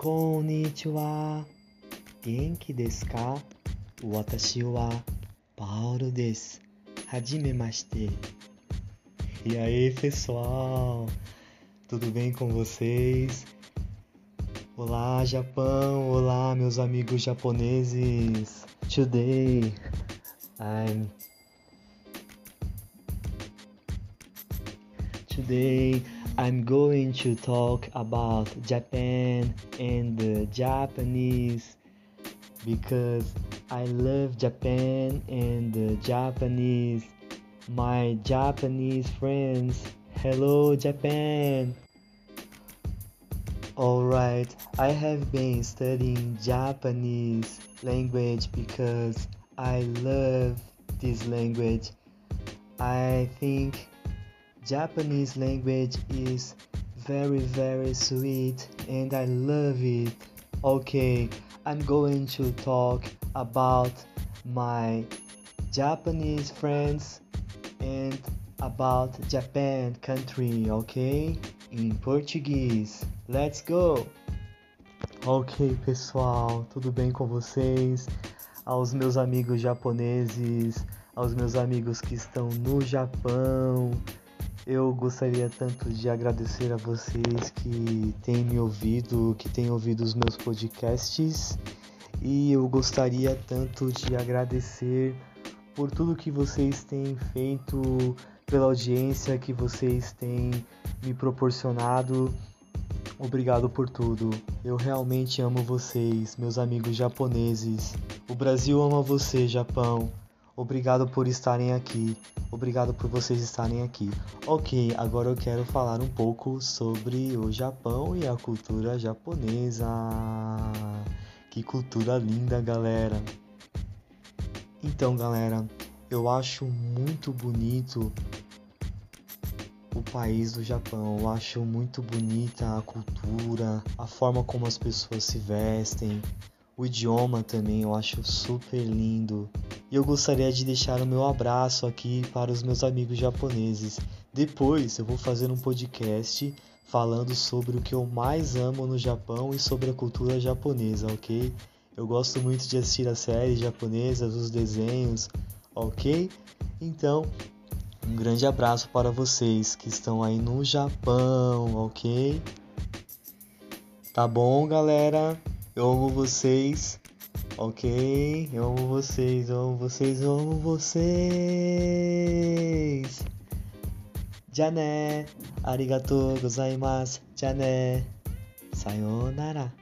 こんにちは。元気ですか？私はPauloです。はじめまして。E aí, pessoal? Tudo bem com vocês? Olá, Japão. Olá, meus amigos japoneses. I'm Today I'm going to talk about Japan and the Japanese because I love Japan and the Japanese. My Japanese friends. Hello, Japan. Alright, I have been studying Japanese language because I love this language. I think Japanese language is very sweet and I love it. Okay, I'm going to talk about my Japanese friends and about Japan country, okay? Em português. Let's go! Ok, pessoal, tudo bem com vocês? Aos meus amigos japoneses, aos meus amigos que estão no Japão, eu gostaria tanto de agradecer a vocês que têm me ouvido, que têm ouvido os meus podcasts, e eu gostaria tanto de agradecer por tudo que vocês têm feito, pela audiência que vocês têm me proporcionado. Obrigado por tudo. Eu realmente amo vocês, meus amigos japoneses. O Brasil ama você, Japão. Obrigado por estarem aqui. Obrigado por vocês estarem aqui. Ok, agora eu quero falar um pouco sobre o Japão e a cultura japonesa. Que cultura linda, galera. Então, galera, eu acho muito bonito o país do Japão. Eu acho muito bonita a cultura, a forma como as pessoas se vestem, o idioma também eu acho super lindo. E eu gostaria de deixar o meu abraço aqui para os meus amigos japoneses. Depois eu vou fazer um podcast falando sobre o que eu mais amo no Japão e sobre a cultura japonesa, ok? Eu gosto muito de assistir as séries japonesas, os desenhos, ok? Então, um grande abraço para vocês que estão aí no Japão, ok? Tá bom, galera? Eu amo vocês, ok? Eu amo vocês, eu amo vocês, eu amo vocês! Já né! Arigatou gozaimasu! Já né! Sayonara!